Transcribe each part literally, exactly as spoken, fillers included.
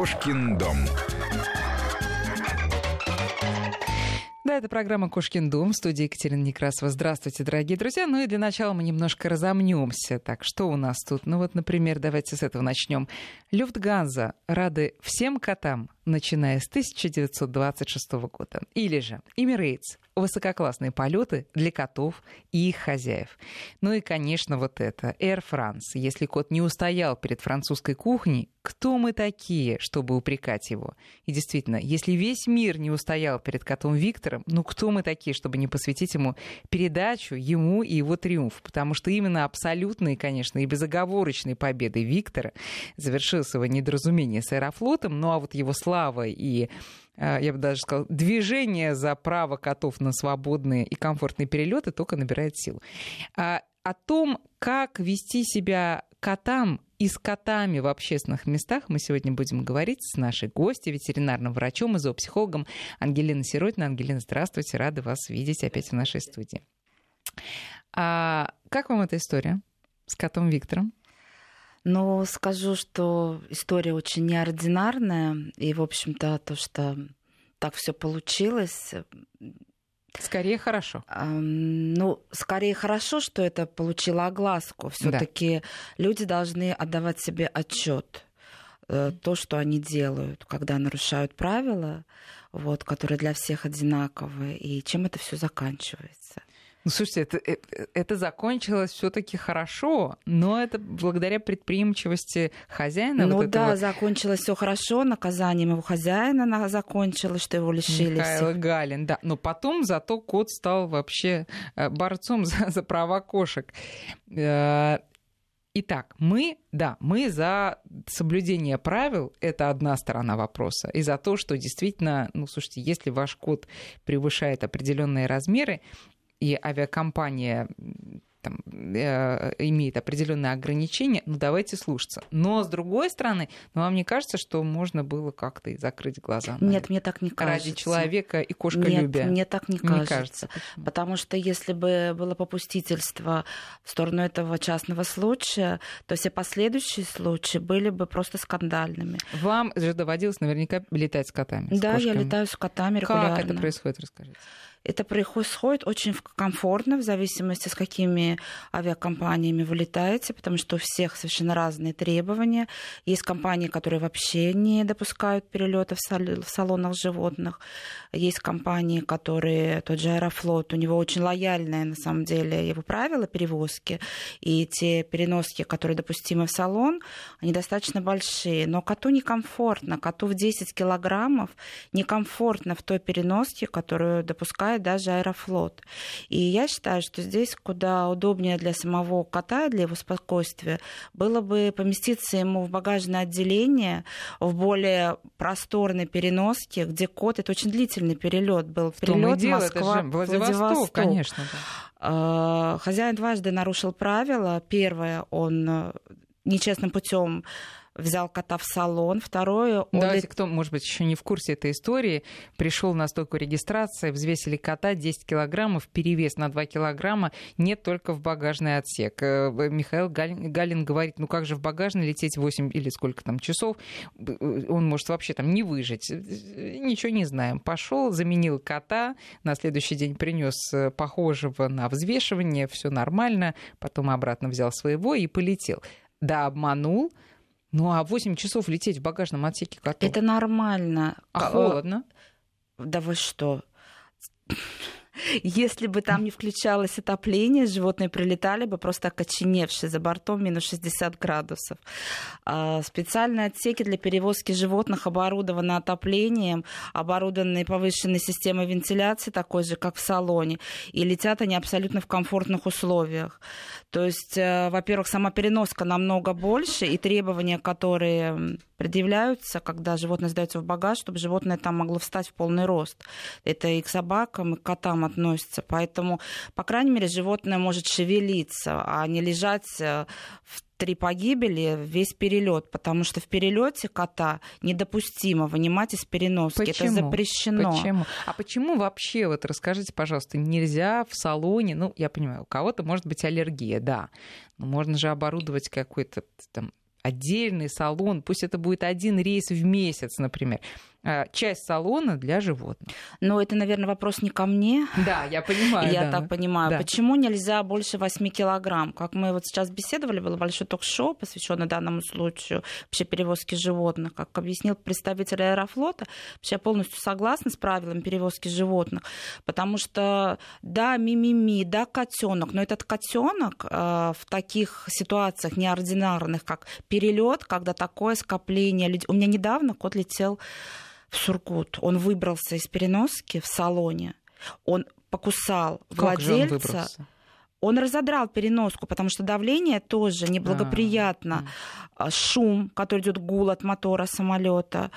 Кошкин дом. Да, это программа «Кошкин дом», в студии Екатерина Некрасова. Здравствуйте, дорогие друзья. Ну и для начала мы немножко разомнемся. Так, что у нас тут? Ну вот, например, давайте с этого начнем. Люфтганза рады всем котам, начиная с тысяча девятьсот двадцать шестого года. Или же Эмирейтс. Высококлассные полеты для котов и их хозяев. Ну и, конечно, вот это. Air France. Если кот не устоял перед французской кухней, кто мы такие, чтобы упрекать его? И действительно, если весь мир не устоял перед котом Виктором, ну кто мы такие, чтобы не посвятить ему передачу, ему и его триумф? Потому что именно абсолютной, конечно, и безоговорочной победой Виктора завершилось его недоразумение с Аэрофлотом, ну а вот его слава и, я бы даже сказала, движение за право котов на свободные и комфортные перелеты только набирает силу. А, о том, как вести себя котам и с котами в общественных местах, мы сегодня будем говорить с нашей гостью, ветеринарным врачом и зоопсихологом Ангелиной Сиротиной. Ангелина, здравствуйте, рада вас видеть опять в нашей студии. А как вам эта история с котом Виктором? Ну, скажу, что история очень неординарная, и, в общем-то, то, что так все получилось... Скорее хорошо. Эм, ну, скорее хорошо, что это получило огласку. Все-таки да. Люди должны отдавать себе отчет э, то, что они делают, когда нарушают правила, вот, которые для всех одинаковые, и чем это все заканчивается. Ну, слушайте, это, это, это закончилось все-таки хорошо, но это благодаря предприимчивости хозяина. Ну вот да, этого... закончилось все хорошо, наказанием его хозяина закончилось, что его лишили Михаил всех. Галин, да. Но потом зато кот стал вообще борцом за, за права кошек. Итак, мы, да, мы за соблюдение правил, это одна сторона вопроса, и за то, что действительно, ну, слушайте, если ваш кот превышает определенные размеры, и авиакомпания там, э, имеет определенные ограничения, ну давайте слушаться. Но с другой стороны, ну, вам не кажется, что можно было как-то и закрыть глаза? Нет, это? Мне так не кажется. Ради человека и кошколюбия? Нет, мне так не кажется. Не кажется. Потому что если бы было попустительство в сторону этого частного случая, то все последующие случаи были бы просто скандальными. Вам же доводилось наверняка летать с котами? Да, с я летаю с котами регулярно. Как это происходит, расскажите? Это происходит очень комфортно, в зависимости, с какими авиакомпаниями вы летаете, потому что у всех совершенно разные требования. Есть компании, которые вообще не допускают перелетов в салонах животных. Есть компании, которые, тот же Аэрофлот, у него очень лояльные, на самом деле, его правила перевозки. И те переноски, которые допустимы в салон, они достаточно большие. Но коту некомфортно. Коту в десять килограммов некомфортно в той переноске, которую допускает даже Аэрофлот. И я считаю, что здесь куда удобнее для самого кота, для его спокойствия, было бы поместиться ему в багажное отделение, в более просторной переноске, где кот, это очень длительный перелет был. Перелет Москва, Владивосток, Владивосток, конечно. Да. Хозяин дважды нарушил правила. Первое, он нечестным путем взял кота в салон. Второе... Он... Давайте, кто, может быть, еще не в курсе этой истории, пришел на стойку регистрации, взвесили кота десять килограммов, перевес на два килограмма, нет только в багажный отсек. Михаил Галин, Галин говорит, ну как же в багажный лететь восемь или сколько там часов, он может вообще там не выжить. Ничего не знаем. Пошел, заменил кота, на следующий день принес похожего на взвешивание, все нормально, потом обратно взял своего и полетел. Да, обманул. Ну, а восемь часов лететь в багажном отсеке котов? Это нормально. А холодно? Да вы что? Если бы там не включалось отопление, животные прилетали бы просто окоченевшие, за бортом минус шестьдесят градусов. Специальные отсеки для перевозки животных оборудованы отоплением, оборудованы повышенной системой вентиляции, такой же, как в салоне, и летят они абсолютно в комфортных условиях. То есть, во-первых, сама переноска намного больше, и требования, которые предъявляются, когда животное сдается в багаж, чтобы животное там могло встать в полный рост. Это и к собакам, и к котам относится. Поэтому, по крайней мере, животное может шевелиться, а не лежать в три погибели весь перелет, потому что в перелете кота недопустимо вынимать из переноски. Почему? Это запрещено. Почему? А почему вообще, вот расскажите, пожалуйста, нельзя в салоне, ну, я понимаю, у кого-то может быть аллергия, да, но можно же оборудовать какой-то там отдельный салон, пусть это будет один рейс в месяц, например, часть салона для животных. Но это, наверное, вопрос не ко мне. Да, я понимаю. Я да. так понимаю. Да. Почему нельзя больше восемь килограмм? Как мы вот сейчас беседовали, было большое ток-шоу, посвященное данному случаю вообще перевозки животных. Как объяснил представитель Аэрофлота, вообще я полностью согласна с правилами перевозки животных, потому что да, мимими, да, котенок, но этот котенок э, в таких ситуациях неординарных, как перелет, когда такое скопление людей. У меня недавно кот летел в Сургут. Он выбрался из переноски в салоне. Он покусал как владельца. Он, он разодрал переноску, потому что давление тоже неблагоприятно. А, шум, который идет, гул от мотора самолета,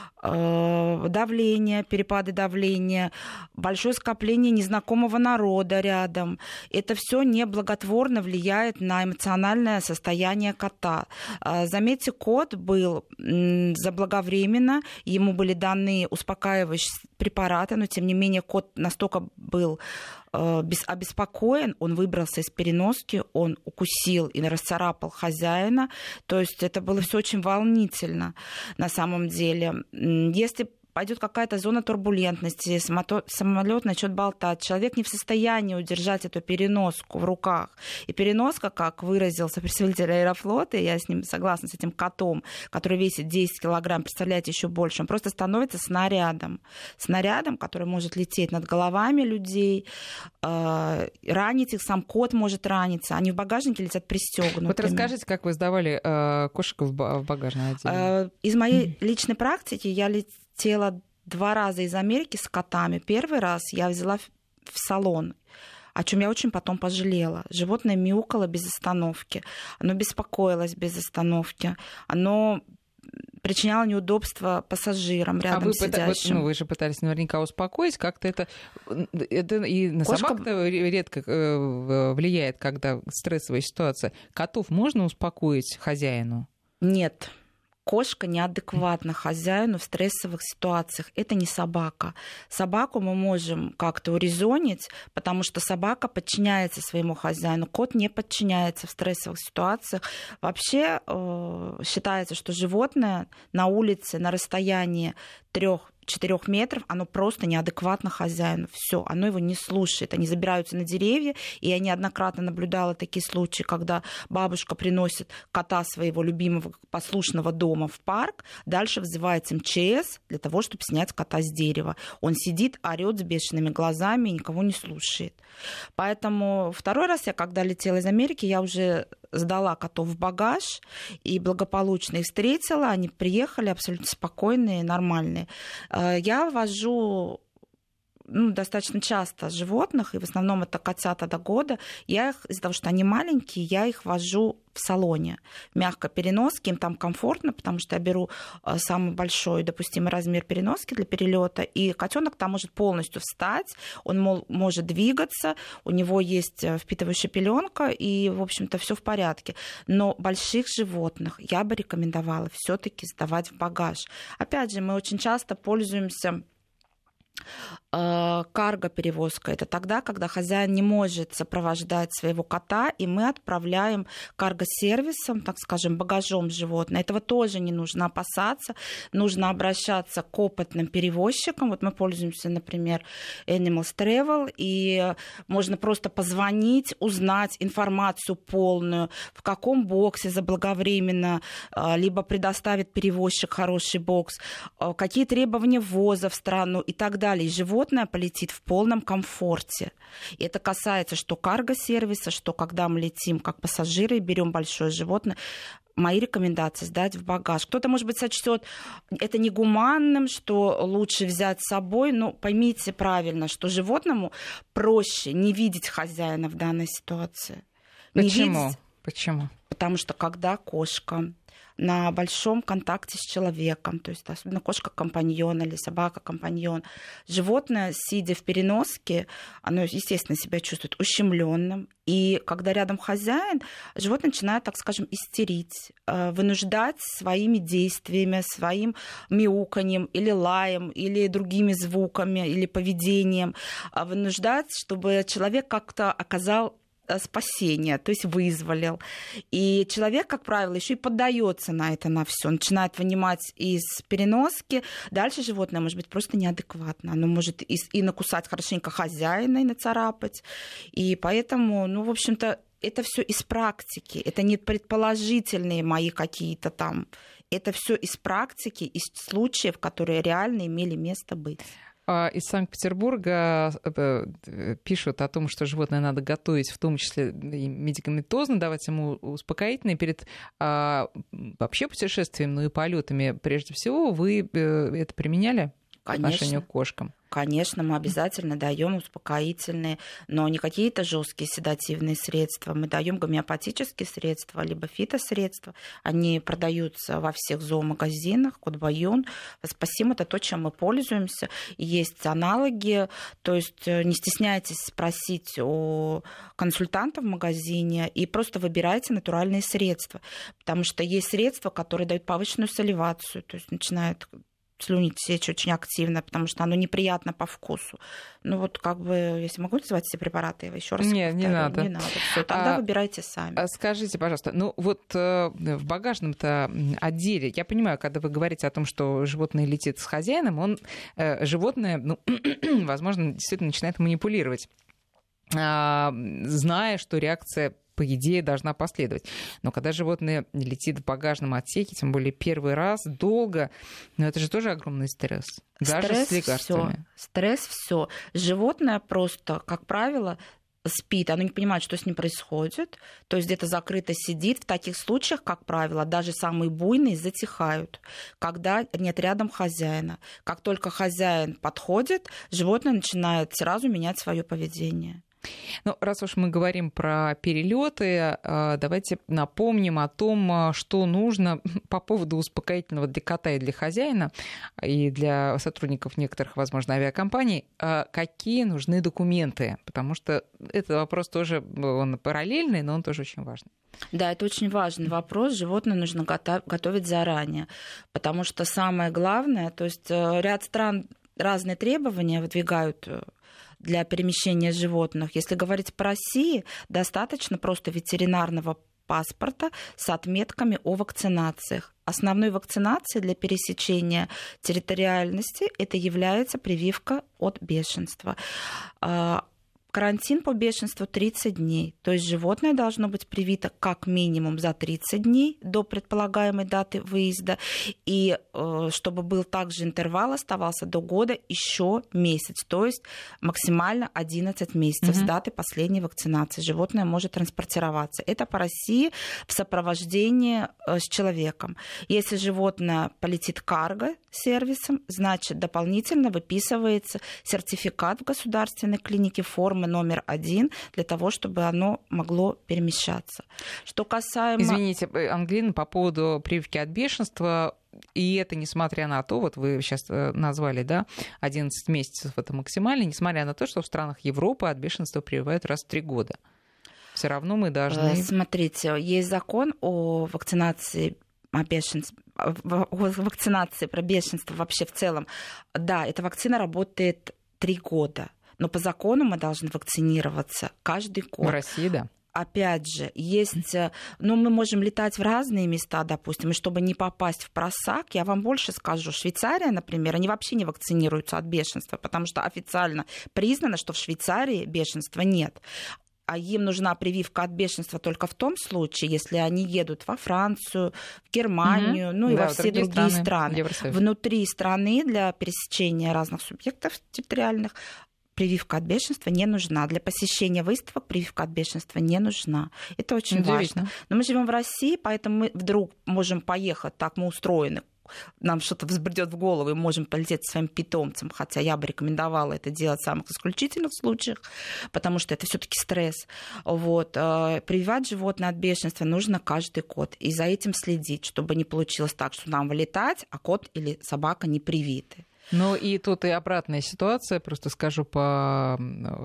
давление, перепады давления, большое скопление незнакомого народа рядом. Это все неблаготворно влияет на эмоциональное состояние кота. Заметьте, кот был заблаговременно, ему были даны успокаивающие препараты, но тем не менее кот настолько был обеспокоен, он выбрался из переноски, он укусил и расцарапал хозяина. То есть это было все очень волнительно на самом деле. Если пойдет какая-то зона турбулентности, самолет начнет болтать, человек не в состоянии удержать эту переноску в руках. И переноска, как выразился представитель Аэрофлота, я с ним согласна, с этим котом, который весит десять килограмм, представляете, еще больше, он просто становится снарядом. Снарядом, который может лететь над головами людей, э, ранить их, сам кот может раниться. Они в багажнике летят пристегнутыми. Вот расскажите, как вы сдавали э, кошек в багажное отделение? Э, из моей личной практики я летела два раза из Америки с котами. Первый раз я взяла в салон, о чем я очень потом пожалела. Животное мяукало без остановки, оно беспокоилось без остановки, оно причиняло неудобства пассажирам рядом а вы сидящим. Вот, ну, вы же пытались наверняка успокоить, как-то это, это и на Кошка... собак-то редко влияет, когда стрессовая ситуация. Котов можно успокоить хозяину? Нет. Кошка неадекватна хозяину в стрессовых ситуациях. Это не собака. Собаку мы можем как-то урезонить, потому что собака подчиняется своему хозяину. Кот не подчиняется в стрессовых ситуациях. Вообще э, считается, что животное на улице на расстоянии трех четырёх метров, оно просто неадекватно хозяину. Все, оно его не слушает. Они забираются на деревья, и я неоднократно наблюдала такие случаи, когда бабушка приносит кота своего любимого послушного дома в парк, дальше вызывается эм че эс для того, чтобы снять кота с дерева. Он сидит, орёт с бешеными глазами и никого не слушает. Поэтому второй раз я, когда летела из Америки, я уже сдала котов в багаж и благополучно их встретила. Они приехали абсолютно спокойные, нормальные. Я вожу ну, достаточно часто животных, и в основном это котята до года. Я их, из-за того, что они маленькие, я их вожу в салоне. Мягко переноски, им там комфортно, потому что я беру самый большой допустимый размер переноски для перелета, и котенок там может полностью встать, он мол, может двигаться, у него есть впитывающая пеленка, и, в общем-то, все в порядке. Но больших животных я бы рекомендовала все-таки сдавать в багаж. Опять же, мы очень часто пользуемся карго-перевозка. Это тогда, когда хозяин не может сопровождать своего кота, и мы отправляем карго-сервисом, так скажем, багажом животное. Этого тоже не нужно опасаться. Нужно обращаться к опытным перевозчикам. Вот мы пользуемся, например, Animals Travel, и можно просто позвонить, узнать информацию полную, в каком боксе заблаговременно, либо предоставит перевозчик хороший бокс, какие требования ввоза в страну и так далее. И животное полетит в полном комфорте. И это касается что карго-сервиса, что когда мы летим как пассажиры и берем большое животное. Мои рекомендации сдать в багаж. Кто-то, может быть, сочтет это негуманным, что лучше взять с собой. Но поймите правильно, что животному проще не видеть хозяина в данной ситуации. Почему? Не видеть, Почему? Потому что когда кошка на большом контакте с человеком, то есть особенно кошка-компаньон или собака-компаньон, животное, сидя в переноске, оно, естественно, себя чувствует ущемленным. И когда рядом хозяин, животное начинает, так скажем, истерить, вынуждать своими действиями, своим мяуканьем или лаем, или другими звуками, или поведением, вынуждать, чтобы человек как-то оказал спасения, то есть вызволил. И человек, как правило, еще и поддается на это, на все, начинает вынимать из переноски. Дальше животное может быть просто неадекватно. Оно может и, и накусать хорошенько хозяина, и нацарапать. И поэтому, ну, в общем-то, это все из практики. Это не предположительные мои какие-то там. Это все из практики, из случаев, которые реально имели место быть. Из Санкт-Петербурга пишут о том, что животное надо готовить, в том числе и медикаментозно, давать ему успокоительные перед а, вообще путешествием, ну и полетами. Прежде всего, вы это применяли? Конечно. По отношению к кошкам? Конечно, мы обязательно даем успокоительные, но не какие-то жесткие седативные средства. Мы даем гомеопатические средства, либо фитосредства. Они продаются во всех зоомагазинах, Кодбаюн. Спасибо, это то, чем мы пользуемся. Есть аналоги, то есть не стесняйтесь спросить у консультанта в магазине и просто выбирайте натуральные средства, потому что есть средства, которые дают повышенную саливацию, то есть начинает слюнить течь очень активно, потому что оно неприятно по вкусу. Ну вот как бы, если могу называть все препараты, я еще раз Нет, повторю, не надо. Не надо. Всё, тогда а, выбирайте сами. Скажите, пожалуйста, ну вот э, в багажном-то отделе, я понимаю, когда вы говорите о том, что животное летит с хозяином, он, э, животное, ну, возможно, действительно начинает манипулировать, э, зная, что реакция по идее, должна последовать. Но когда животное летит в багажном отсеке, тем более первый раз, долго, ну это же тоже огромный стресс. Даже стресс с лекарствами. Всё. Стресс все. Животное просто, как правило, спит, оно не понимает, что с ним происходит, то есть где-то закрыто сидит. В таких случаях, как правило, даже самые буйные затихают, когда нет рядом хозяина. Как только хозяин подходит, животное начинает сразу менять свое поведение. Ну, раз уж мы говорим про перелеты, давайте напомним о том, что нужно по поводу успокоительного для кота и для хозяина, и для сотрудников некоторых, возможно, авиакомпаний. Какие нужны документы? Потому что этот вопрос тоже, он параллельный, но он тоже очень важный. Да, это очень важный вопрос. Животное нужно готовить заранее, потому что самое главное, то есть ряд стран разные требования выдвигают для перемещения животных. Если говорить по России, достаточно просто ветеринарного паспорта с отметками о вакцинациях. Основной вакцинацией для пересечения территориальности это является прививка от бешенства. Карантин по бешенству тридцать дней. То есть животное должно быть привито как минимум за тридцать дней до предполагаемой даты выезда. И э, чтобы был также интервал, оставался до года еще месяц. То есть максимально одиннадцать месяцев mm-hmm. с даты последней вакцинации. Животное может транспортироваться. Это по России в сопровождении э, с человеком. Если животное полетит карго-сервисом, значит дополнительно выписывается сертификат в государственной клинике формы номер один для того, чтобы оно могло перемещаться. Что касаемо... Извините, Ангелина, по поводу прививки от бешенства, и это несмотря на то, вот вы сейчас назвали, да, одиннадцать месяцев это максимально, несмотря на то, что в странах Европы от бешенства прививают раз в три года. Все равно мы должны... Смотрите, есть закон о вакцинации о бешенстве, о вакцинации про бешенство вообще в целом. Да, эта вакцина работает три года. Но по закону мы должны вакцинироваться каждый год. В России, да. Опять же, есть... Ну, мы можем летать в разные места, допустим, и чтобы не попасть в просак, я вам больше скажу. Швейцария, например, они вообще не вакцинируются от бешенства, потому что официально признано, что в Швейцарии бешенства нет. А им нужна прививка от бешенства только в том случае, если они едут во Францию, в Германию, угу. ну и да, во все другие страны. страны. Внутри страны для пересечения разных субъектов территориальных прививка от бешенства не нужна. Для посещения выставок прививка от бешенства не нужна. Это очень важно. Но мы живем в России, поэтому мы вдруг можем поехать, так мы устроены, нам что-то взбредет в голову, и можем полететь со своим питомцем, хотя я бы рекомендовала это делать в самых исключительных случаях, потому что это все-таки стресс. Вот. Прививать животное от бешенства нужно каждый год, и за этим следить, чтобы не получилось так, что нам вылетать, а кот или собака не привиты. Ну и тут и обратная ситуация, просто скажу по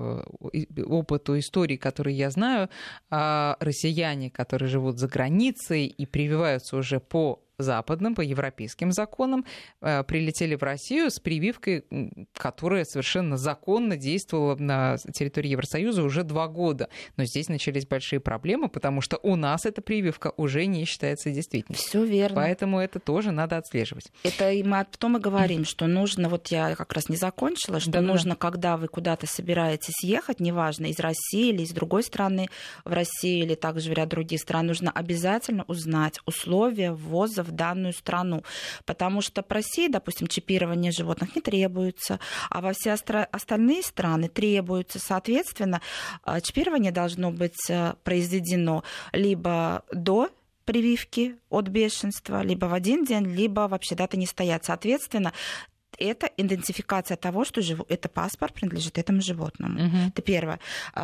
опыту истории, которые я знаю, россияне, которые живут за границей и прививаются уже по западным, по европейским законам, прилетели в Россию с прививкой, которая совершенно законно действовала на территории Евросоюза уже два года. Но здесь начались большие проблемы, потому что у нас эта прививка уже не считается действительной. Все верно. Поэтому это тоже надо отслеживать. Это и мы потом и говорим, что нужно, вот я как раз не закончила, что Да-да. нужно, когда вы куда-то собираетесь ехать, неважно, из России или из другой страны в Россию, или также в ряд других стран, нужно обязательно узнать условия ввоза в данную страну. Потому что в России, допустим, чипирование животных не требуется, а во все остальные страны требуется. Соответственно, чипирование должно быть произведено либо до прививки от бешенства, либо в один день, либо вообще даты не стоят. Соответственно, это идентификация того, что жив... это паспорт принадлежит этому животному. Uh-huh. Это первое.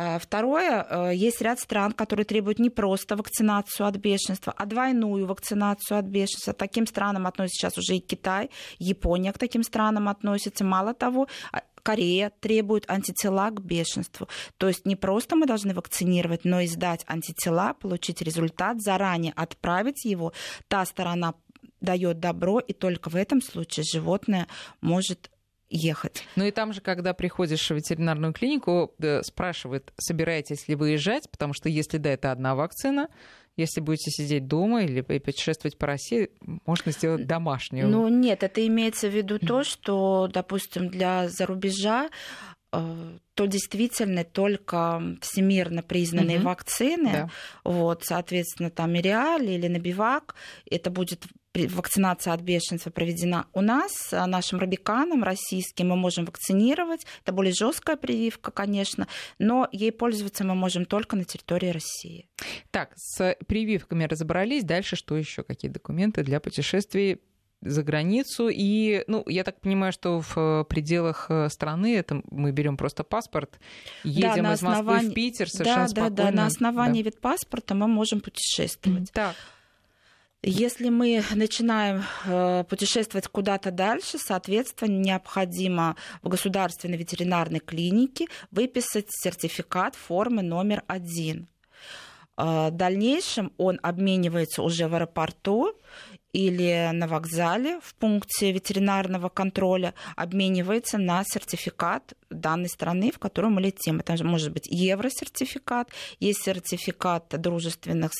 Второе, есть ряд стран, которые требуют не просто вакцинацию от бешенства, а двойную вакцинацию от бешенства. К таким странам относится сейчас уже и Китай, Япония к таким странам относится. Мало того, Корея требует антитела к бешенству. То есть не просто мы должны вакцинировать, но и сдать антитела, получить результат, заранее отправить его. Та сторона дает добро, и только в этом случае животное может ехать. Ну и там же, когда приходишь в ветеринарную клинику, спрашивают, собираетесь ли вы езжать, потому что если да, это одна вакцина, если будете сидеть дома или путешествовать по России, можно сделать домашнюю. Ну нет, это имеется в виду то, что, допустим, для зарубежа то действительно только всемирно признанные угу. вакцины, да. Вот, соответственно, там Мириаль или Набивак, это будет вакцинация от бешенства проведена у нас, нашим робиканом российским мы можем вакцинировать, это более жесткая прививка, конечно, но ей пользоваться мы можем только на территории России. Так, с прививками разобрались, дальше что еще? Какие документы для путешествий за границу? И, ну, я так понимаю, что в пределах страны это мы берем просто паспорт, едем да, из Москвы основании... в Питер совершенно да, спокойно. Да, да, на основании да. ветпаспорта мы можем путешествовать. Так. Если мы начинаем путешествовать куда-то дальше, соответственно, необходимо в государственной ветеринарной клинике выписать сертификат формы номер один. В дальнейшем он обменивается уже в аэропорту или на вокзале в пункте ветеринарного контроля, обменивается на сертификат данной страны, в которую мы летим. Это может быть евросертификат, есть сертификат дружественных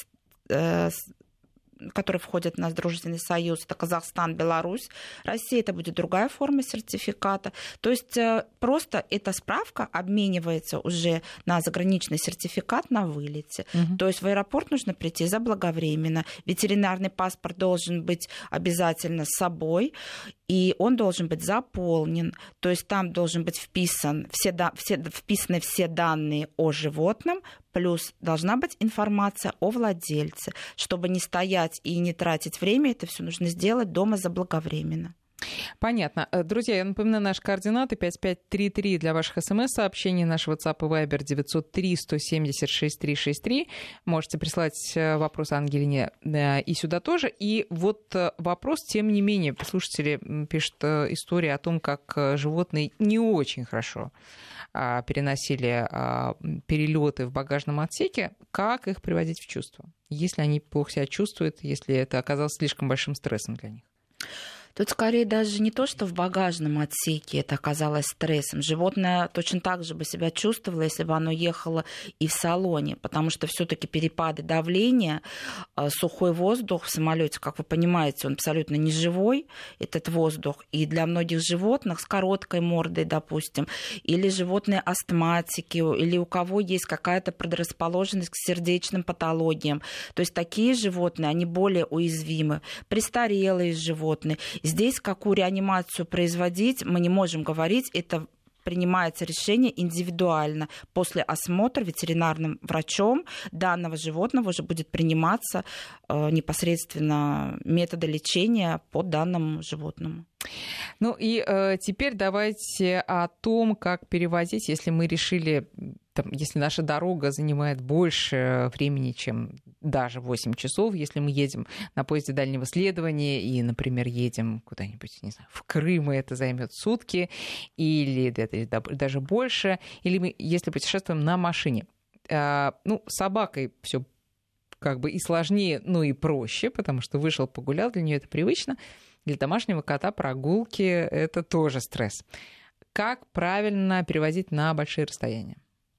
которые входят в наш дружественный союз, это Казахстан, Беларусь, Россия, это будет другая форма сертификата. То есть просто эта справка обменивается уже на заграничный сертификат на вылете. Угу. То есть в аэропорт нужно прийти заблаговременно. Ветеринарный паспорт должен быть обязательно с собой, и он должен быть заполнен. То есть там должен быть вписан все, все, вписаны все данные о животном, плюс должна быть информация о владельце. Чтобы не стоять и не тратить время, это все нужно сделать дома заблаговременно. Понятно. Друзья, я напоминаю, наши координаты пять пять три три для ваших смс-сообщений, наш WhatsApp и Viber девять ноль три сто семьдесят шесть триста шестьдесят три. Можете прислать вопрос Ангелине и сюда тоже. И вот вопрос, тем не менее, слушатели пишут историю о том, как животные не очень хорошо переносили перелеты в багажном отсеке, как их приводить в чувство, если они плохо себя чувствуют, если это оказалось слишком большим стрессом для них? Тут скорее даже не то, что в багажном отсеке это оказалось стрессом. Животное точно так же бы себя чувствовало, если бы оно ехало и в салоне, потому что все-таки перепады давления, сухой воздух в самолете, как вы понимаете, он абсолютно не живой, этот воздух. И для многих животных с короткой мордой, допустим, или животные астматики, или у кого есть какая-то предрасположенность к сердечным патологиям. То есть такие животные, они более уязвимы. Престарелые животные. Здесь какую реанимацию производить, мы не можем говорить, это принимается решение индивидуально. После осмотра ветеринарным врачом данного животного уже будет приниматься э, непосредственно методы лечения по данному животному. Ну и э, теперь давайте о том, как перевозить, если мы решили, там, если наша дорога занимает больше времени, чем даже восемь часов, если мы едем на поезде дальнего следования и, например, едем куда-нибудь, не знаю, в Крым, и это займет сутки, или это даже больше, или мы, если путешествуем на машине. Э, ну, с собакой все как бы и сложнее, но и проще, потому что вышел, погулял, для нее это привычно. Для домашнего кота прогулки — это тоже стресс. Как правильно перевозить на большие расстояния?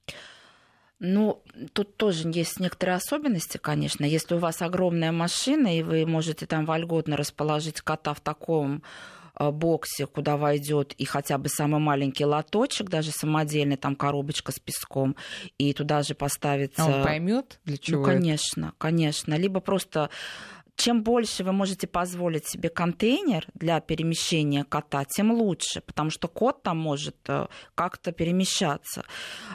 Ну, тут тоже есть некоторые особенности, конечно. Если у вас огромная машина, и вы можете там вольготно расположить кота в таком боксе, куда войдет и хотя бы самый маленький лоточек, даже самодельный, там коробочка с песком, и туда же поставится... А он поймет, для чего? Ну, конечно, это? конечно. Либо просто... Чем больше вы можете позволить себе контейнер для перемещения кота, тем лучше, потому что кот там может как-то перемещаться.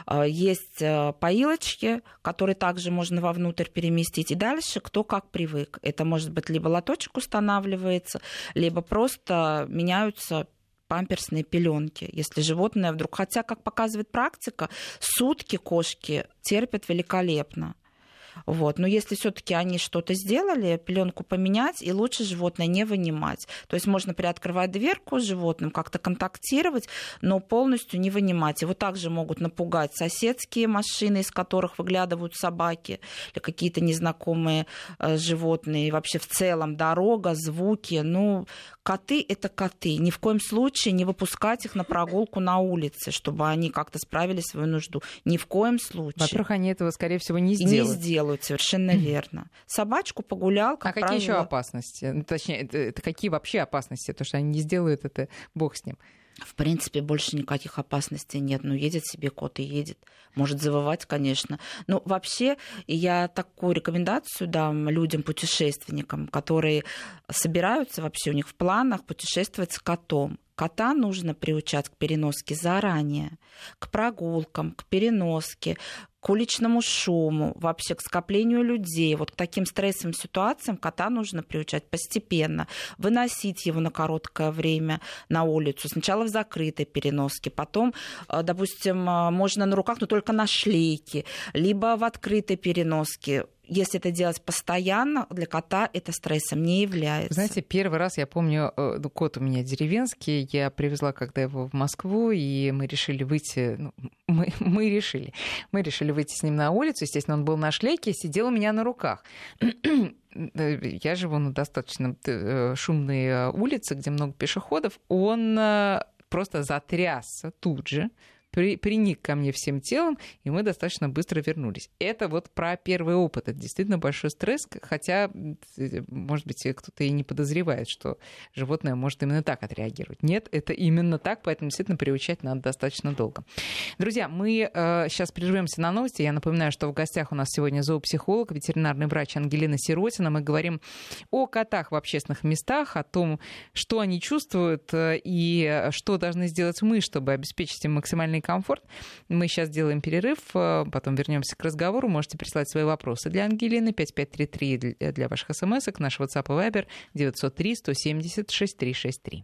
Есть поилочки, которые также можно вовнутрь переместить. И дальше кто как привык. Это может быть либо лоточек устанавливается, либо просто меняются памперсные пеленки, если животное вдруг... Хотя, как показывает практика, сутки кошки терпят великолепно. Вот. Но если все-таки они что-то сделали, пеленку поменять, и лучше животное не вынимать. То есть можно приоткрывать дверку с животным, как-то контактировать, но полностью не вынимать. Его также могут напугать соседские машины, из которых выглядывают собаки, или какие-то незнакомые э, животные. И вообще в целом дорога, звуки. Ну, коты — это коты. Ни в коем случае не выпускать их на прогулку на улице, чтобы они как-то справили свою нужду. Ни в коем случае. Во-первых, они этого, скорее всего, не сделают. И не сделают. Совершенно верно. Собачку погулял, как А какие правило... еще опасности? Ну, точнее, это, это какие вообще опасности? То, что они не сделают, это бог с ним. В принципе, больше никаких опасностей нет. Ну, едет себе кот и едет. Может завывать, конечно. Но вообще я такую рекомендацию дам людям, путешественникам, которые собираются вообще, у них в планах путешествовать с котом. Кота нужно приучать к переноске заранее, к прогулкам, к переноске, к уличному шуму, вообще к скоплению людей. Вот к таким стрессовым ситуациям кота нужно приучать постепенно, выносить его на короткое время на улицу. Сначала в закрытой переноске, потом, допустим, можно на руках, но только на шлейке, либо в открытой переноске. Если это делать постоянно, для кота это стрессом не является. Знаете, первый раз, я помню, ну, кот у меня деревенский, я привезла когда его в Москву, и мы решили выйти, ну, мы, мы решили, мы решили выйти с ним на улицу, естественно, он был на шлейке, сидел у меня на руках. Я живу на достаточно шумной улице, где много пешеходов, он просто затрясся тут же, приник ко мне всем телом, и мы достаточно быстро вернулись. Это вот про первый опыт. Это действительно большой стресс, хотя, может быть, кто-то и не подозревает, что животное может именно так отреагировать. Нет, это именно так, поэтому действительно приучать надо достаточно долго. Друзья, мы э, сейчас прервемся на новости. Я напоминаю, что в гостях у нас сегодня зоопсихолог, ветеринарный врач Ангелина Сиротина. Мы говорим о котах в общественных местах, о том, что они чувствуют и что должны сделать мы, чтобы обеспечить им максимальный комфорт. Мы сейчас делаем перерыв, потом вернемся к разговору. Можете прислать свои вопросы для Ангелины. пять пять три три для ваших смс-ок. Наш WhatsApp и Viber девятьсот три сто семьдесят шесть триста шестьдесят три.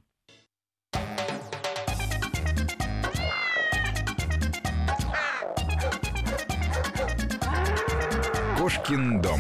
Кошкин дом.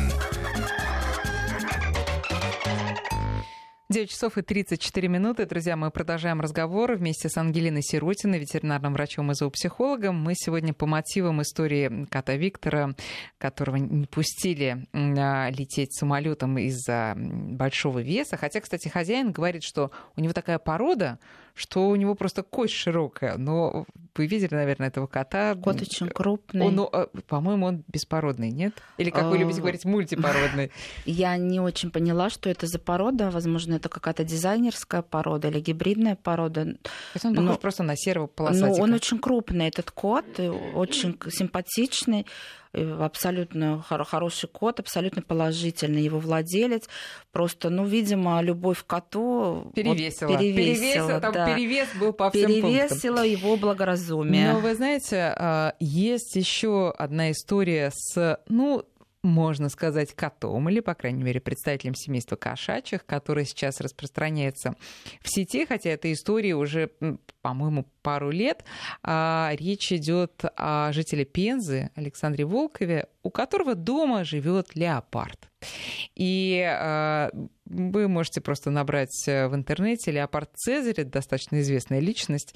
девять часов и тридцать четыре минуты. Друзья, мы продолжаем разговор вместе с Ангелиной Сиротиной, ветеринарным врачом и зоопсихологом. Мы сегодня по мотивам истории кота Виктора, которого не пустили лететь самолетом из-за большого веса. Хотя, кстати, хозяин говорит, что у него такая порода, что у него просто кость широкая. Но вы видели, наверное, этого кота. Кот очень крупный. Он, ну, по-моему, он беспородный, нет? Или, как вы любите говорить, мультипородный. Я не очень поняла, что это за порода. Возможно, это какая-то дизайнерская порода или гибридная порода. То есть он похож но, просто на серого полосатика. Ну, он очень крупный, этот кот, очень симпатичный. Абсолютно хороший кот, абсолютно положительный. Его владелец просто, ну, видимо, любовь к коту перевесила. Вот, перевесила, перевесила там да. перевес был по всем пунктам. Перевесила его благоразумие. Но вы знаете, есть еще одна история с, ну, можно сказать, котом, или, по крайней мере, представителем семейства кошачьих, который сейчас распространяется в сети, хотя эта история уже, по-моему, пару лет. А речь идет о жителе Пензы Александре Волкове, у которого дома живет леопард. И э, вы можете просто набрать в интернете леопард Цезарь, это достаточно известная личность.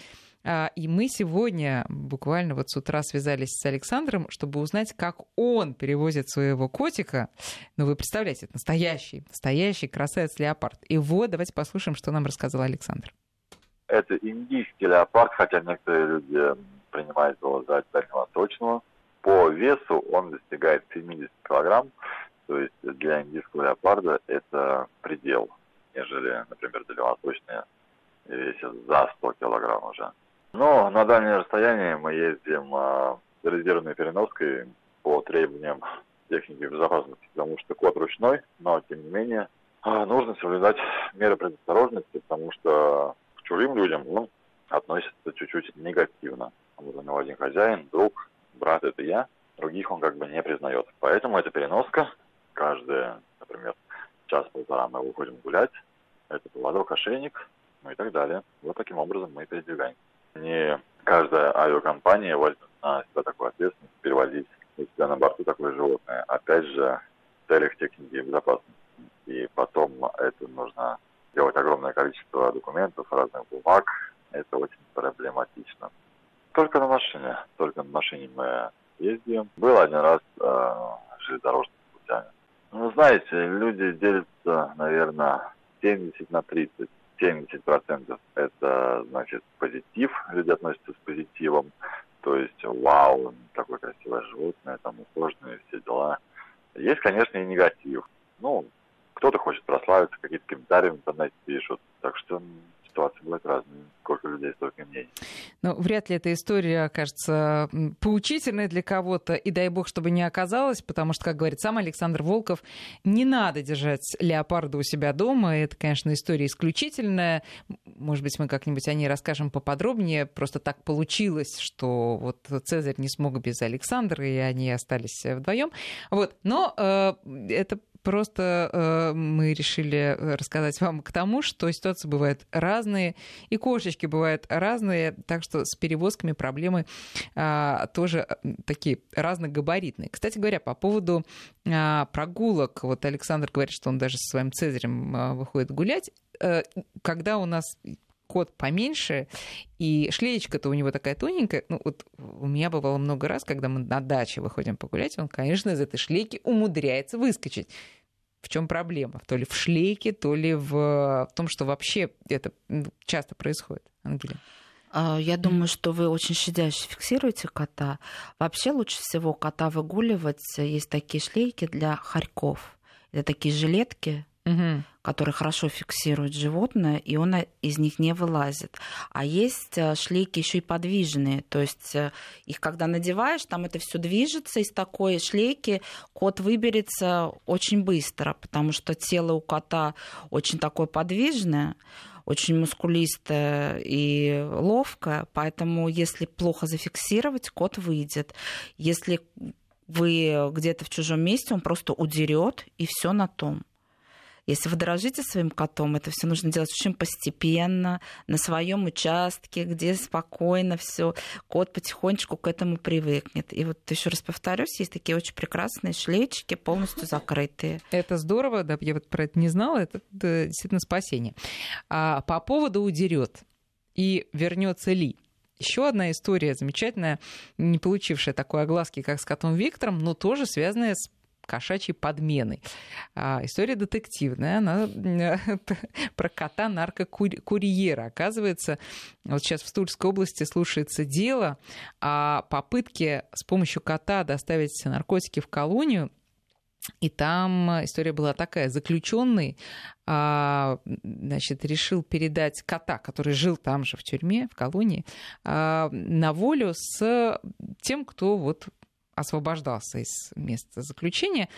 И мы сегодня буквально вот с утра связались с Александром, чтобы узнать, как он перевозит своего котика. Ну, вы представляете, это настоящий, настоящий красавец-леопард. И вот давайте послушаем, что нам рассказал Александр. Это индийский леопард, хотя некоторые люди принимают его за дальневосточного. По весу он достигает семьдесят килограмм, то есть для индийского леопарда это предел, нежели, например, дальневосточные весят за сто килограмм уже. Но на дальнее расстояние мы ездим а, с резервной переноской по требованиям техники безопасности, потому что кот ручной, но тем не менее а, нужно соблюдать меры предосторожности, потому что к чужим людям он относится чуть-чуть негативно. Вот у него один хозяин, друг, брат — это я, других он как бы не признает. Поэтому эта переноска, каждый, например, час-полтора мы выходим гулять, это поводок, ошейник, ну и так далее. Вот таким образом мы передвигаем. Не каждая авиакомпания возьмет на себя такую ответственность перевозить у себя на борту такое животное. Опять же, в целях техники безопасности. И потом это нужно делать огромное количество документов, разных бумаг. Это очень проблематично. Только на машине. Только на машине мы ездим. Был один раз э, железнодорожными путями. Ну, знаете, люди делятся, наверное, семьдесят на тридцать. семьдесят процентов это, значит, позитив. Люди относятся с позитивом. То есть, вау, такое красивое животное, там ухоженное, все дела. Есть, конечно, и негатив. Ну, кто-то хочет прославиться, какие-то комментарии в интернете пишут. Так что ситуации бывают разные. Сколько людей, столько мнений. Ну, вряд ли эта история окажется поучительной для кого-то, и дай бог, чтобы не оказалось, потому что, как говорит сам Александр Волков, не надо держать леопарда у себя дома. Это, конечно, история исключительная. Может быть, мы как-нибудь о ней расскажем поподробнее. Просто так получилось, что вот Цезарь не смог без Александра, и они остались вдвоем. Вот. Но э, это просто э, мы решили рассказать вам к тому, что ситуации бывают разные, и кошечки бывают разные, так что с перевозками проблемы э, тоже такие разногабаритные. Кстати говоря, по поводу э, прогулок, вот Александр говорит, что он даже со своим Цезарем э, выходит гулять, э, когда у нас кот поменьше, и шлеечка-то у него такая тоненькая. Ну, вот у меня бывало много раз, когда мы на даче выходим погулять, он, конечно, из этой шлейки умудряется выскочить. В чем проблема? То ли в шлейке, то ли в, в том, что вообще это часто происходит. Ангелина. Я думаю, что вы очень щадяще фиксируете кота. Вообще лучше всего кота выгуливать. Есть такие шлейки для хорьков. Это такие жилетки, угу. которые хорошо фиксируют животное, и он из них не вылазит. А есть шлейки еще и подвижные, то есть их когда надеваешь, там это все движется, из такой шлейки кот выберется очень быстро, потому что тело у кота очень такое подвижное, очень мускулистое и ловкое, поэтому если плохо зафиксировать, кот выйдет. Если вы где-то в чужом месте, он просто удерет, и все на том. Если вы дорожите своим котом, это все нужно делать очень постепенно, на своем участке, где спокойно все. Кот потихонечку к этому привыкнет. И вот еще раз повторюсь, есть такие очень прекрасные шлейчики, полностью закрытые. Это здорово, да, я вот про это не знала, это, это действительно спасение. А по поводу удерет и вернется ли? Еще одна история замечательная, не получившая такой огласки, как с котом Виктором, но тоже связанная с кошачьей подменой. А, история детективная, она про кота-наркокурьера. Оказывается, вот сейчас в Тульской области слушается дело о попытке с помощью кота доставить наркотики в колонию. И там история была такая. Заключенный, а, значит, решил передать кота, который жил там же в тюрьме, в колонии, а, на волю с тем, кто вот освобождался из места заключения.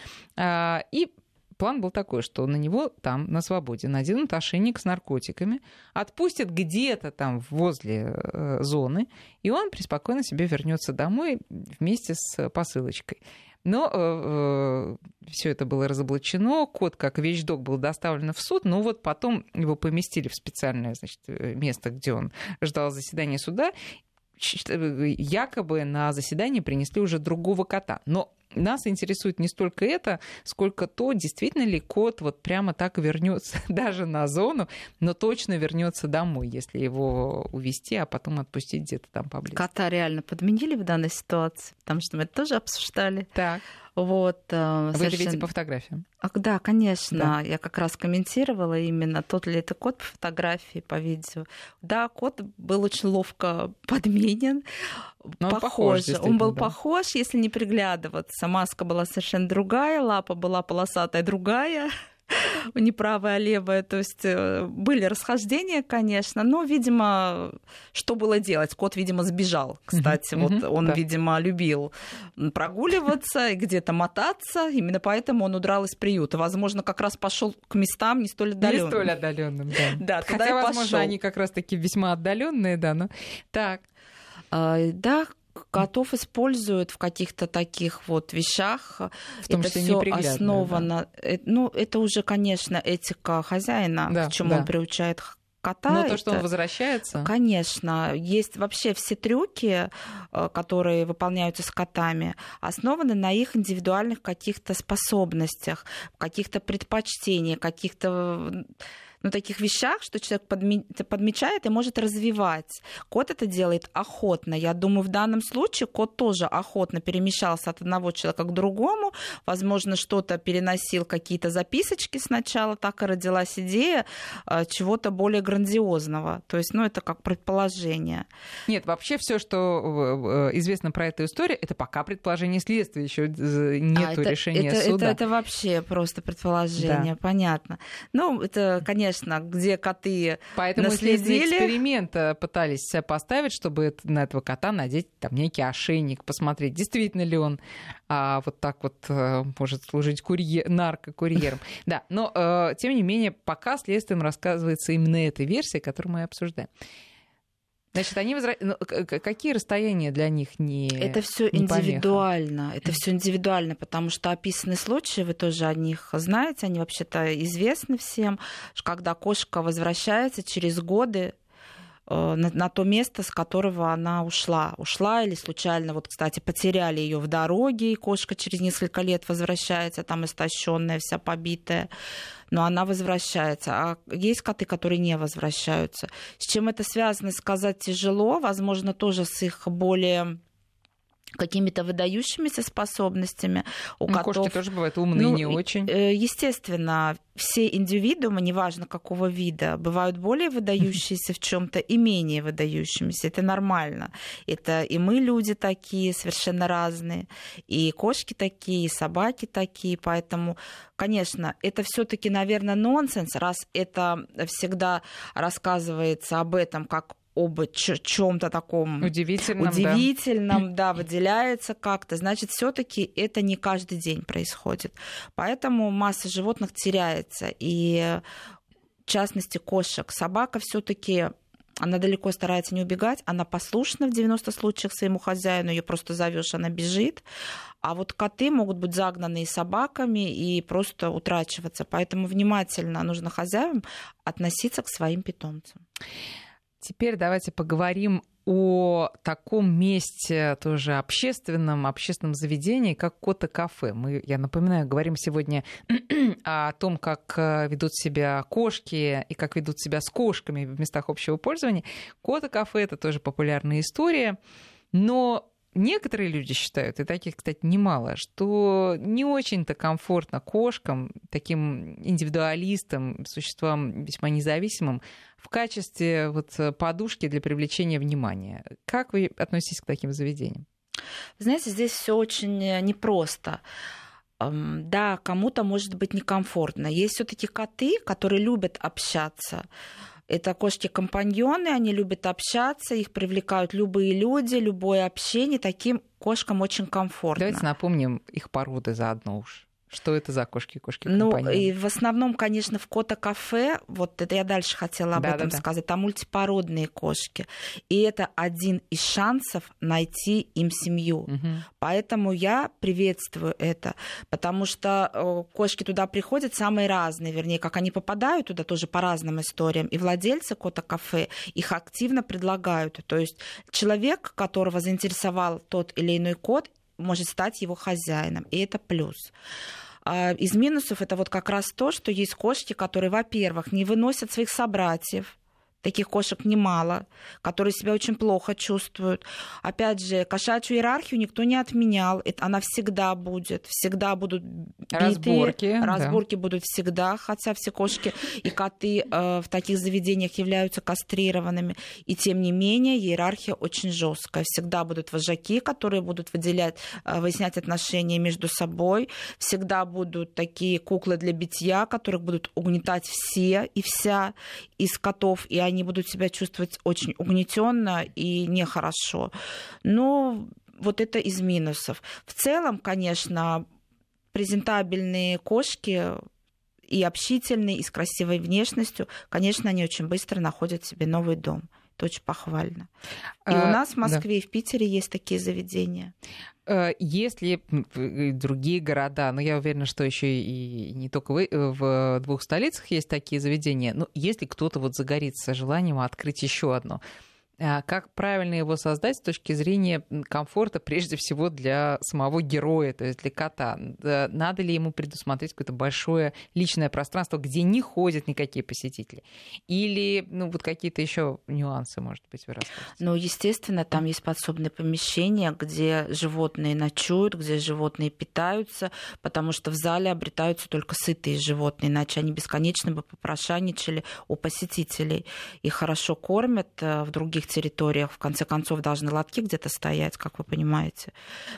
И план был такой, что на него там на свободе наденут ошейник с наркотиками, отпустят где-то там возле зоны, и он преспокойно себе вернется домой вместе с посылочкой. Но э, все это было разоблачено, кот как вещдок был доставлен в суд, но вот потом его поместили в специальное, значит, место, где он ждал заседания суда. Якобы на заседание принесли уже другого кота. Но нас интересует не столько это, сколько то, действительно ли кот вот прямо так вернется даже на зону, но точно вернется домой, если его увезти, а потом отпустить где-то там поблизости. Кота реально подменили в данной ситуации, потому что мы это тоже обсуждали. Так. Вот, Вы совершенно... это видите по фотографиям? Ах, да, конечно. Да. Я как раз комментировала именно, тот ли это кот по фотографии, по видео. Да, кот был очень ловко подменен. Но похож. Он, похож, он был да. похож, если не приглядываться. Маска была совершенно другая, лапа была полосатая другая. Не правая, а левая. То есть были расхождения, конечно, но, видимо, что было делать? Кот, видимо, сбежал, кстати. Uh-huh, вот uh-huh, он, да. видимо, любил прогуливаться и где-то мотаться. Именно поэтому он удрал из приюта. Возможно, как раз пошел к местам не столь отдаленным. Не столь отдаленным, да. да Хотя, возможно, пошёл. Они как раз-таки весьма отдаленные, да. Но... Так. А, да. Котов используют в каких-то таких вот вещах. В том, это все основано. Да. Ну, это уже, конечно, этика хозяина, да, к чему да. он приучает кота. Но это... то, что он возвращается. Конечно. Есть вообще все трюки, которые выполняются с котами, основаны на их индивидуальных каких-то способностях, каких-то предпочтениях, каких-то... ну, таких вещах, что человек подмечает и может развивать. Кот это делает охотно. Я думаю, в данном случае кот тоже охотно перемещался от одного человека к другому. Возможно, что-то переносил, какие-то записочки сначала. Так и родилась идея чего-то более грандиозного. То есть, ну, это как предположение. Нет, вообще все, что известно про эту историю, это пока предположение следствия, еще нет а, решения это, суда. Это, это вообще просто предположение, да. понятно. Ну, это, конечно, где коты Поэтому наследили. Эксперимент пытались поставить, чтобы на этого кота надеть там некий ошейник, посмотреть, действительно ли он а, вот так вот а, может служить курьер, наркокурьером. Да, но а, тем не менее пока следствием рассказывается именно эта версия, которую мы обсуждаем. Значит, они возра... какие расстояния для них не Это все индивидуально. Помеха? Это все индивидуально, потому что описаны случаи, вы тоже о них знаете, они вообще-то известны всем, когда кошка возвращается через годы на, на то место, с которого она ушла. Ушла или случайно, вот, кстати, потеряли ее в дороге, и кошка через несколько лет возвращается, там истощенная, вся побитая. Но она возвращается. А есть коты, которые не возвращаются. С чем это связано, сказать тяжело. Возможно, тоже с их более какими-то выдающимися способностями. У ну, котов... Кошки тоже бывают умные, ну, не очень. Естественно, все индивидуумы, неважно какого вида, бывают более выдающиеся в чем-то и менее выдающимися. Это нормально. Это и мы, люди, такие, совершенно разные, и кошки такие, и собаки такие. Поэтому, конечно, это все-таки, наверное, нонсенс, раз это всегда рассказывается об этом как об чем-то таком удивительном, удивительном да. да, выделяется как-то, значит, все-таки это не каждый день происходит. Поэтому масса животных теряется. И в частности кошек. Собака все-таки она далеко старается не убегать, она послушна в девяноста случаях своему хозяину, ее просто зовешь, она бежит. А вот коты могут быть загнаны и собаками, и просто утрачиваться. Поэтому внимательно нужно хозяевам относиться к своим питомцам. Теперь давайте поговорим о таком месте, тоже общественном, общественном заведении, как Кота-кафе. Мы, я напоминаю, говорим сегодня о том, как ведут себя кошки и как ведут себя с кошками в местах общего пользования. Кота-кафе — это тоже популярная история, но некоторые люди считают, и таких, кстати, немало, что не очень-то комфортно кошкам, таким индивидуалистам, существам весьма независимым, в качестве вот подушки для привлечения внимания. Как вы относитесь к таким заведениям? Знаете, здесь все очень непросто. Да, кому-то может быть некомфортно. Есть все-таки коты, которые любят общаться. Это кошки-компаньоны, они любят общаться, их привлекают любые люди, любое общение. Таким кошкам очень комфортно. Давайте напомним их породы заодно уж. Что это за кошки, Ну, кошки-компаньоны? и в основном, конечно, в Кота-кафе, вот это я дальше хотела об да, этом да, сказать, там мультипородные кошки. И это один из шансов найти им семью. Угу. Поэтому я приветствую это, потому что кошки туда приходят самые разные, вернее, как они попадают туда тоже по разным историям. И владельцы Кота-кафе их активно предлагают. То есть человек, которого заинтересовал тот или иной кот, может стать его хозяином, и это плюс. Из минусов это вот как раз то, что есть кошки, которые, во-первых, не выносят своих собратьев. Таких кошек немало, которые себя очень плохо чувствуют. Опять же, кошачью иерархию никто не отменял. Это, она всегда будет. Всегда будут битые. Разборки. Разборки да. будут всегда, хотя все кошки и коты э, в таких заведениях являются кастрированными. И тем не менее, иерархия очень жесткая. Всегда будут вожаки, которые будут выделять, э, выяснять отношения между собой. Всегда будут такие куклы для битья, которых будут угнетать все и вся из котов. И они будут себя чувствовать очень угнетенно и нехорошо. Но вот это из минусов. В целом, конечно, презентабельные кошки и общительные, и с красивой внешностью, конечно, они очень быстро находят себе новый дом. Это очень похвально. И а, у нас в Москве да. и в Питере есть такие заведения. Если другие города, но я уверена, что еще и не только вы, в двух столицах есть такие заведения, но если кто-то вот загорится желанием открыть еще одно, как правильно его создать с точки зрения комфорта, прежде всего для самого героя, то есть для кота? Надо ли ему предусмотреть какое-то большое личное пространство, где не ходят никакие посетители? Или ну, вот какие-то еще нюансы, может быть, вы расскажете? Ну, естественно, там есть подсобные помещения, где животные ночуют, где животные питаются, потому что в зале обретаются только сытые животные, иначе они бесконечно бы попрошайничали у посетителей. Их хорошо кормят в других территориях, в конце концов, должны лотки где-то стоять, как вы понимаете.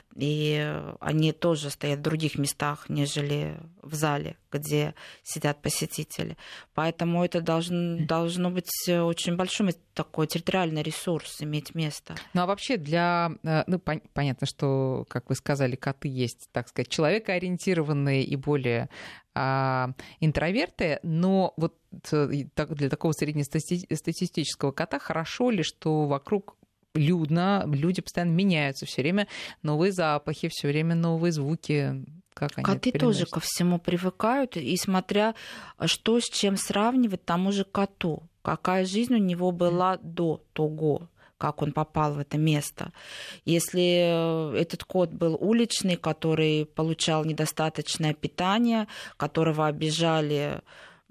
И они тоже стоят в других местах, нежели в зале, где сидят посетители. Поэтому это должно, должно быть очень большим такой территориальный ресурс иметь место. Ну а вообще для... Ну, пон- понятно, что, как вы сказали, коты есть, так сказать, человекоориентированные и более а, интроверты, но вот для такого среднестатистического кота хорошо ли, что вокруг людно, люди постоянно меняются, все время новые запахи, все время новые звуки? Как они Коты тоже ко всему привыкают, и смотря что с чем сравнивать тому же коту, какая жизнь у него была до того, как он попал в это место. Если этот кот был уличный, который получал недостаточное питание, которого обижали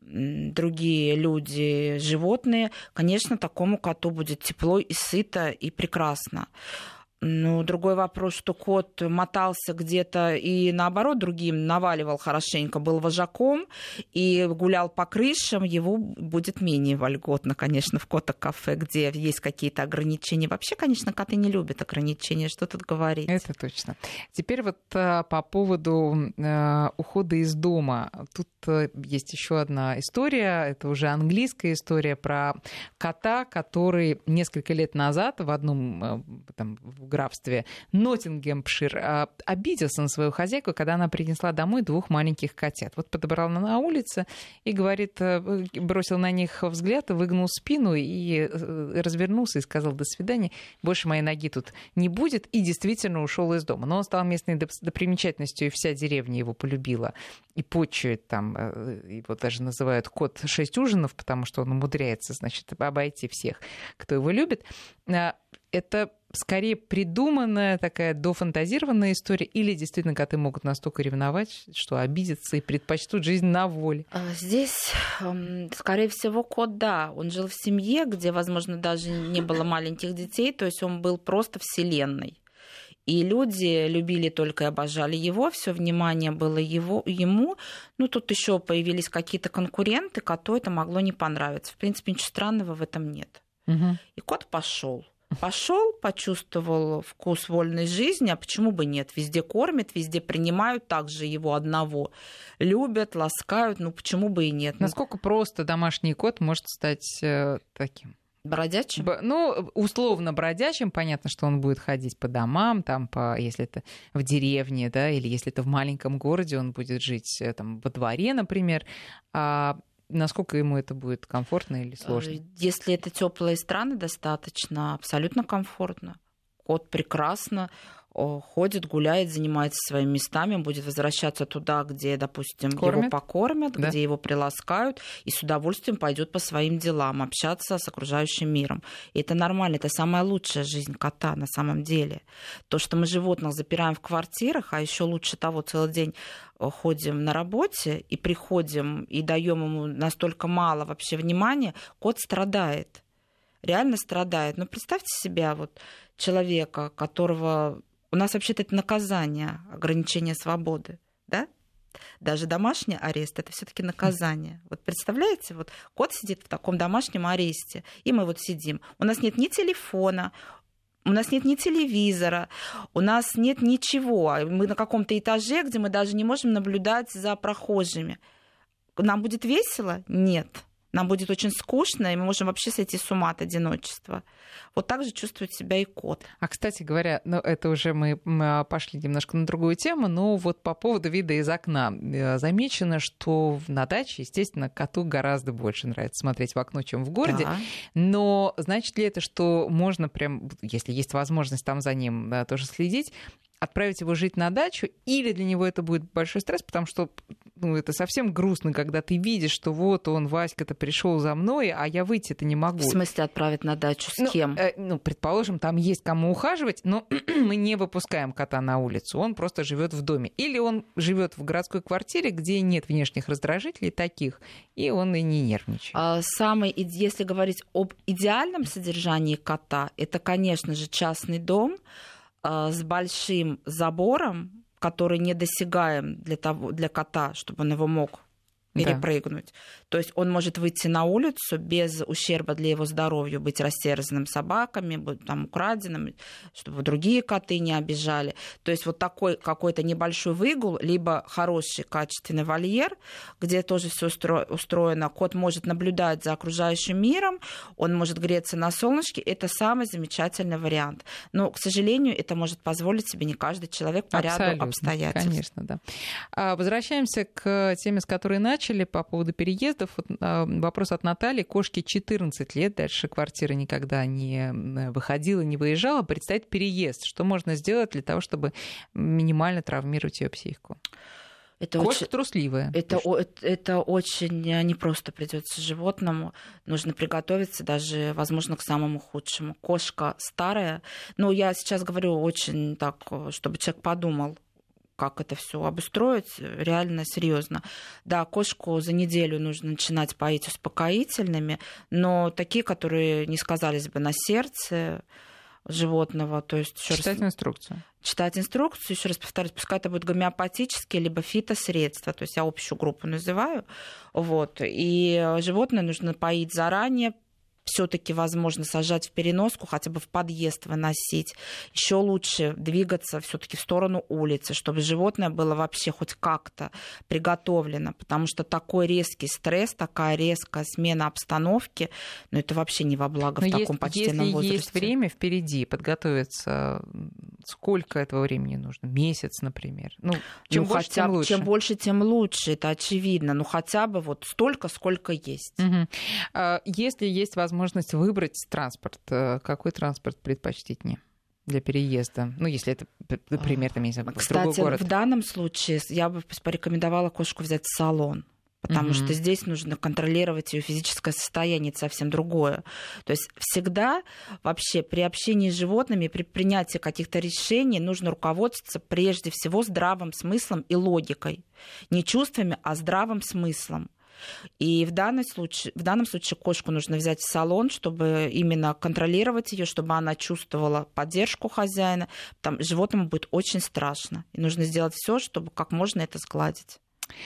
другие люди, животные, конечно, такому коту будет тепло и сыто, и прекрасно. Ну, другой вопрос, что кот мотался где-то и, наоборот, другим наваливал хорошенько, был вожаком и гулял по крышам, его будет менее вольготно, конечно, в кота-кафе, где есть какие-то ограничения. Вообще, конечно, коты не любят ограничения, что тут говорить. Это точно. Теперь вот по поводу ухода из дома. Тут есть еще одна история, это уже английская история про кота, который несколько лет назад в одном там, в графстве Ноттингемшир обиделся на свою хозяйку, когда она принесла домой двух маленьких котят. Вот подобрал на улице и, говорит, бросил на них взгляд, выгнул спину и развернулся и сказал: до свидания, больше моей ноги тут не будет, и действительно ушел из дома. Но он стал местной достопримечательностью, и вся деревня его полюбила и почует там, его даже называют кот шесть ужинов, потому что он умудряется, значит, обойти всех, кто его любит. Это скорее придуманная такая дофантазированная история, или действительно коты могут настолько ревновать, что обидятся и предпочтут жизнь на воле? Здесь, скорее всего, кот, да. Он жил в семье, где, возможно, даже не было маленьких детей, то есть он был просто вселенной. И люди любили только и обожали его, все внимание было его, ему. Ну, тут еще появились какие-то конкуренты, коту это могло не понравиться. В принципе, ничего странного в этом нет. Угу. И кот пошел. Пошел, почувствовал вкус вольной жизни, а почему бы нет? Везде кормят, везде принимают, также его одного любят, ласкают, ну почему бы и нет? Насколько ну, просто домашний кот может стать э, таким? Бродячим? Б- ну, условно бродячим. Понятно, что он будет ходить по домам, там, по, если это в деревне, да, или если это в маленьком городе, он будет жить там, во дворе, например. А насколько ему это будет комфортно или сложно? Если это теплые страны достаточно, абсолютно комфортно. Кот прекрасно ходит, гуляет, занимается своими местами, он будет возвращаться туда, где, допустим, Кормят. его покормят, Да. где его приласкают, и с удовольствием пойдет по своим делам, общаться с окружающим миром. И это нормально, это самая лучшая жизнь кота на самом деле. То, что мы животных запираем в квартирах, а еще лучше того, целый день ходим на работе и приходим и даем ему настолько мало вообще внимания, кот страдает. Реально страдает. Но представьте себя вот человека, которого... У нас вообще-то это наказание, ограничение свободы, да? Даже домашний арест — это все-таки наказание. Вот представляете, вот кот сидит в таком домашнем аресте, и мы вот сидим. У нас нет ни телефона, у нас нет ни телевизора, у нас нет ничего. Мы на каком-то этаже, где мы даже не можем наблюдать за прохожими. Нам будет весело? Нет. Нам будет очень скучно, и мы можем вообще сойти с ума от одиночества. Вот так же чувствует себя и кот. А, кстати говоря, ну, это уже мы пошли немножко на другую тему, но вот по поводу вида из окна. Замечено, что на даче, естественно, коту гораздо больше нравится смотреть в окно, чем в городе. Да. Но значит ли это, что можно прям, если есть возможность там за ним да, тоже следить, отправить его жить на дачу, или для него это будет большой стресс, потому что ну, это совсем грустно, когда ты видишь, что вот он, Васька-то, пришел за мной, а я выйти-то не могу. В смысле отправить на дачу? С ну, кем? Э, ну, предположим, там есть кому ухаживать, но мы не выпускаем кота на улицу, он просто живет в доме. Или он живет в городской квартире, где нет внешних раздражителей таких, и он и не нервничает. А, самый, если говорить об идеальном содержании кота, это, конечно же, частный дом, с большим забором, который недосягаем для, того, для кота, чтобы он его мог перепрыгнуть. Да. То есть он может выйти на улицу без ущерба для его здоровья, быть растерзанным собаками, быть там украденным, чтобы другие коты не обижали. То есть вот такой какой-то небольшой выгул, либо хороший качественный вольер, где тоже все устроено. Кот может наблюдать за окружающим миром, он может греться на солнышке. Это самый замечательный вариант. Но, к сожалению, это может позволить себе не каждый человек по Абсолютно, ряду обстоятельств. Конечно, да. Возвращаемся к теме, с которой начали. По поводу переездов. Вот, а, вопрос от Натальи. Кошке четырнадцать лет, дальше квартира никогда не выходила, не выезжала. Предстоит переезд. Что можно сделать для того, чтобы минимально травмировать ее психику? Это Кошка очень, трусливая. Это, это, это очень непросто придется животному. Нужно приготовиться даже, возможно, к самому худшему. Кошка старая. Но я сейчас говорю очень так, чтобы человек подумал, как это все обустроить, реально серьезно. Да, кошку за неделю нужно начинать поить успокоительными, но такие, которые не сказались бы на сердце животного. То есть, читать раз... инструкцию. Читать инструкцию, еще раз повторюсь, пускай это будут гомеопатические либо фитосредства, то есть я общую группу называю. Вот. И животное нужно поить заранее, все-таки возможно сажать в переноску, хотя бы в подъезд выносить. Еще лучше двигаться все-таки в сторону улицы, чтобы животное было вообще хоть как-то приготовлено, потому что такой резкий стресс, такая резкая смена обстановки, ну это вообще не во благо. Но в таком почтенном если возрасте. Есть время впереди подготовиться, сколько этого времени нужно? Месяц, например. Ну, чем ну, больше, хотя, тем лучше. Чем больше, тем лучше, это очевидно. Ну хотя бы вот столько, сколько есть. Угу. Если есть возможность возможность выбрать транспорт. Какой транспорт предпочтительнее для переезда? Ну, если это, например, там, не знаю, в другой город. Кстати, в данном случае я бы порекомендовала кошку взять в салон, потому mm-hmm. что здесь нужно контролировать ее физическое состояние, это совсем другое. То есть всегда вообще при общении с животными, при принятии каких-то решений нужно руководствоваться прежде всего здравым смыслом и логикой. Не чувствами, а здравым смыслом. И в данном случае, в данном случае кошку нужно взять в салон, чтобы именно контролировать ее, чтобы она чувствовала поддержку хозяина. Там животному будет очень страшно. И нужно сделать все, чтобы как можно это сгладить.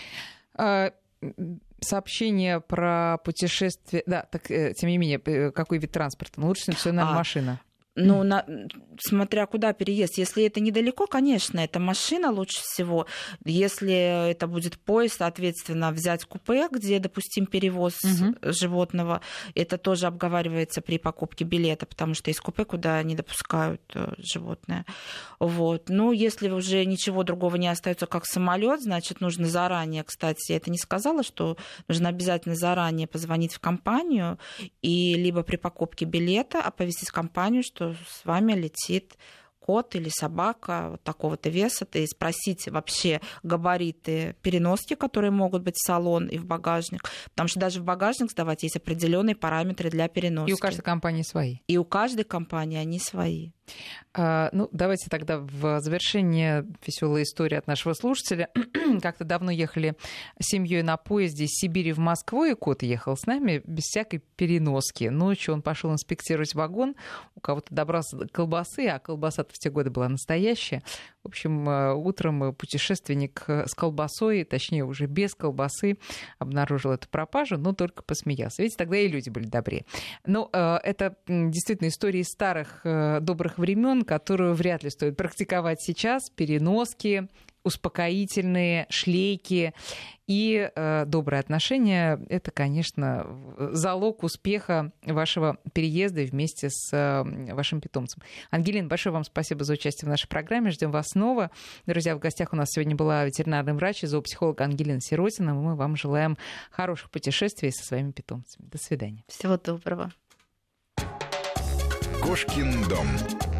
Сообщение про путешествие. Да, так, тем не менее, какой вид транспорта? Ну, лучше всего, наверное, а, машина. Ну, на, смотря куда переезд. Если это недалеко, конечно, это машина лучше всего. Если это будет поезд, соответственно, взять купе, где допустим перевоз угу. животного. Это тоже обговаривается при покупке билета, потому что есть купе, куда не допускают животное. Вот. Ну, если уже ничего другого не остается, как самолет, значит, нужно заранее, кстати, я это не сказала, что нужно обязательно заранее позвонить в компанию и либо при покупке билета оповестить компанию, что с вами летит кот или собака вот такого-то веса, и спросить вообще габариты переноски, которые могут быть в салон и в багажник, потому что даже в багажник сдавать есть определенные параметры для переноски. И у каждой компании свои. И у каждой компании они свои. А, ну, давайте тогда в завершение веселая история от нашего слушателя. Как-то давно ехали с семьей на поезде из Сибири в Москву, и кот ехал с нами без всякой переноски. Ночью он пошел инспектировать вагон, у кого-то добрался до колбасы, а колбаса-то в те годы была настоящая. В общем, утром путешественник с колбасой, точнее уже без колбасы, обнаружил эту пропажу, но только посмеялся. Видите, тогда и люди были добрее. Но э, это действительно история из старых э, добрых времен, которую вряд ли стоит практиковать сейчас. Переноски, успокоительные, шлейки и э, добрые отношения — это, конечно, залог успеха вашего переезда вместе с э, вашим питомцем. Ангелина, большое вам спасибо за участие в нашей программе. Ждем вас снова. Друзья, в гостях у нас сегодня была ветеринарный врач и зоопсихолог Ангелина Сиротина. Мы вам желаем хороших путешествий со своими питомцами. До свидания. Всего доброго. Кошкин дом.